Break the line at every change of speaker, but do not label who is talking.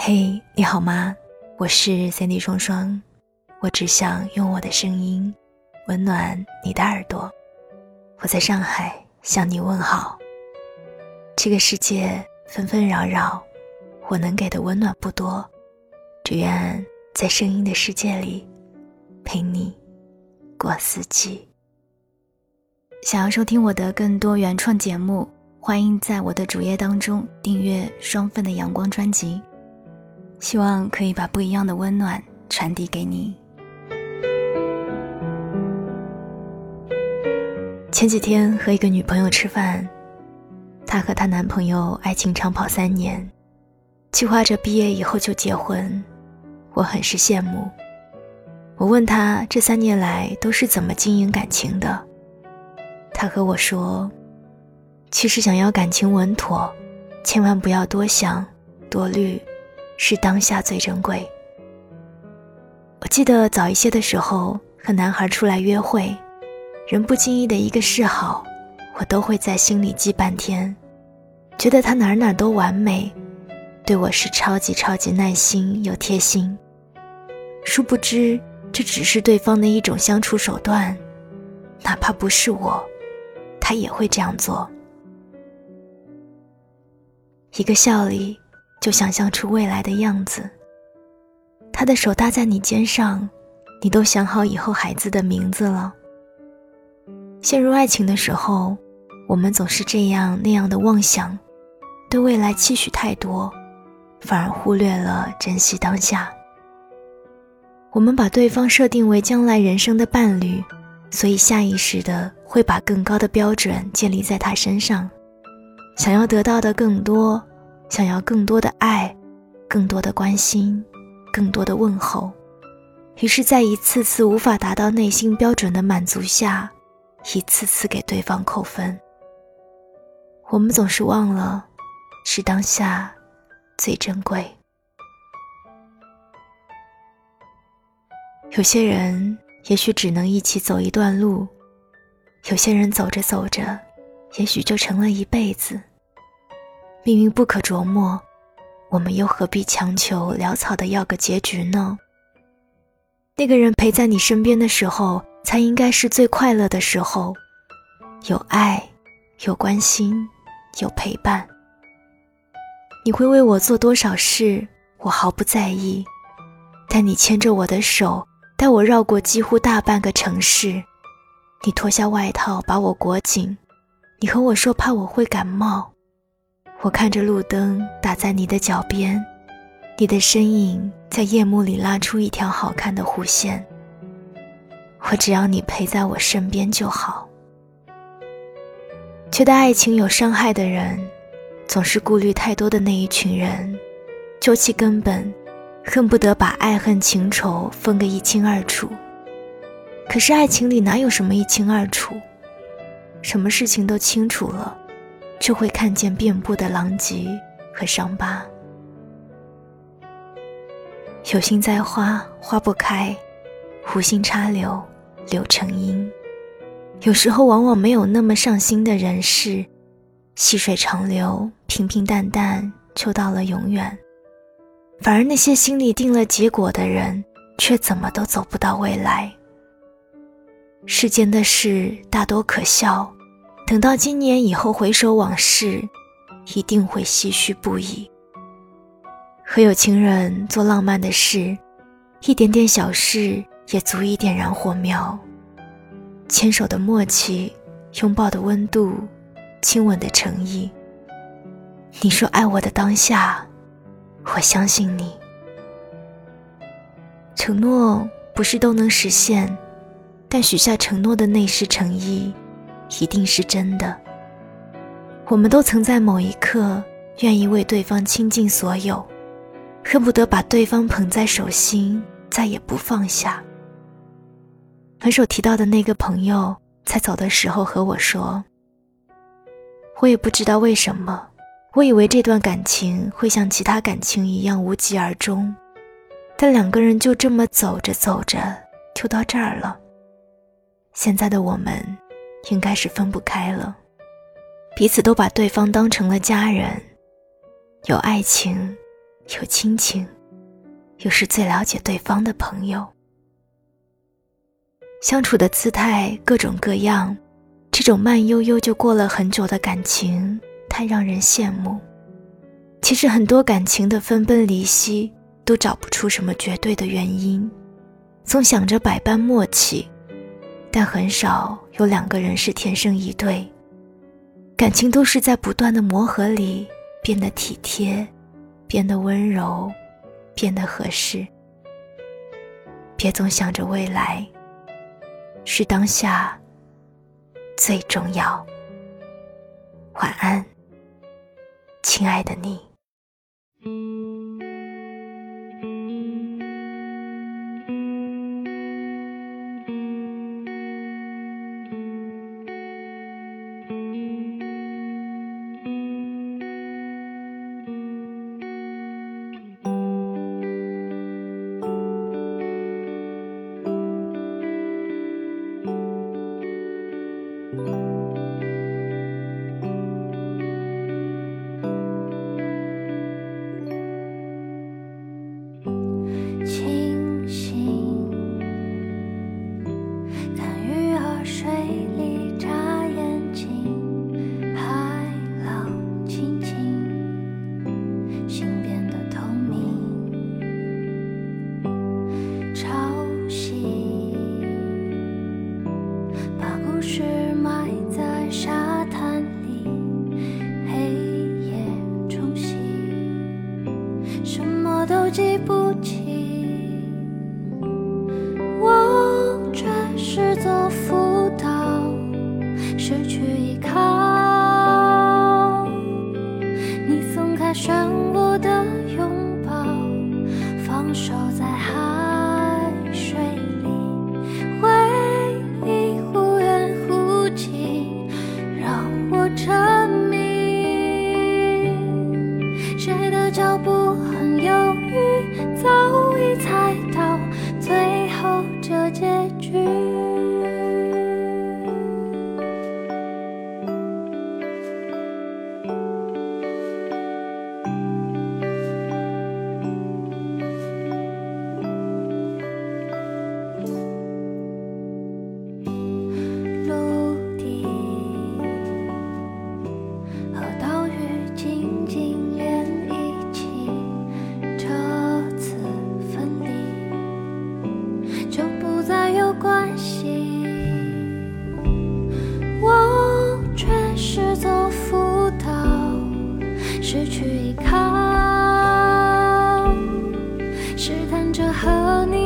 嘿，你好吗？我是 Sandy 双双，我只想用我的声音温暖你的耳朵。我在上海向你问好。这个世界纷纷扰扰，我能给的温暖不多，只愿在声音的世界里陪你过四季。想要收听我的更多原创节目，欢迎在我的主页当中订阅双份的阳光专辑，希望可以把不一样的温暖传递给你。前几天和一个女朋友吃饭，她和她男朋友爱情长跑3年，计划着毕业以后就结婚，我很是羡慕。我问她这3年来都是怎么经营感情的，她和我说，其实想要感情稳妥，千万不要多想多虑，是当下最珍贵。我记得早一些的时候和男孩出来约会，人不经意的一个示好，我都会在心里记半天，觉得他哪哪都完美，对我是超级耐心又贴心。殊不知这只是对方的一种相处手段，哪怕不是我，他也会这样做。一个笑里就想象出未来的样子，他的手搭在你肩上，你都想好以后孩子的名字了。陷入爱情的时候，我们总是这样那样的妄想，对未来期许太多，反而忽略了珍惜当下。我们把对方设定为将来人生的伴侣，所以下意识的会把更高的标准建立在他身上，想要得到的更多，想要更多的爱，更多的关心，更多的问候。于是在一次次无法达到内心标准的满足下，一次次给对方扣分。我们总是忘了，是当下最珍贵。有些人也许只能一起走一段路，有些人走着走着也许就成了一辈子。命运不可琢磨，我们又何必强求潦草的要个结局呢？那个人陪在你身边的时候，才应该是最快乐的时候，有爱，有关心，有陪伴。你会为我做多少事，我毫不在意，但你牵着我的手，带我绕过几乎大半个城市，你脱下外套把我裹紧，你和我说怕我会感冒。我看着路灯打在你的脚边，你的身影在夜幕里拉出一条好看的弧线。我只要你陪在我身边就好。觉得爱情有伤害的人，总是顾虑太多的那一群人，究其根本，恨不得把爱恨情仇分个一清二楚。可是爱情里哪有什么一清二楚？什么事情都清楚了，就会看见遍布的狼藉和伤疤。有心栽花花不开，无心插柳柳成荫。有时候往往没有那么上心的人事，细水长流，平平淡淡，就到了永远。反而那些心里定了结果的人，却怎么都走不到未来。世间的事大多可笑，等到今年以后回首往事，一定会唏嘘不已。和有情人做浪漫的事，一点点小事也足以点燃火苗。牵手的默契，拥抱的温度，亲吻的诚意。你说爱我的当下，我相信你。承诺不是都能实现，但许下承诺的内饰诚意一定是真的。我们都曾在某一刻愿意为对方倾尽所有，恨不得把对方捧在手心，再也不放下。分手提到的那个朋友在走的时候和我说，我也不知道为什么，我以为这段感情会像其他感情一样无疾而终，但2个人就这么走着走着就到这儿了。现在的我们应该是分不开了，彼此都把对方当成了家人，有爱情， 有亲情，又是最了解对方的朋友。相处的姿态各种各样，这种慢悠悠就过了很久的感情太让人羡慕。其实很多感情的分崩离析都找不出什么绝对的原因，总想着百般默契，但很少有两个人是天生一对。感情都是在不断的磨合里变得体贴，变得温柔，变得合适。别总想着未来，是当下最重要。晚安，亲爱的你。
都记不起，我却是做辅导，失去依靠。你松开漩涡的拥抱，放手在海水里，回忆忽远忽近，让我沉迷。谁的脚步很犹豫，早已猜到最后这结局。陆地和岛屿紧紧连一起，这次分离就不再有关系。我却是做辅导，失去依靠，试探着和你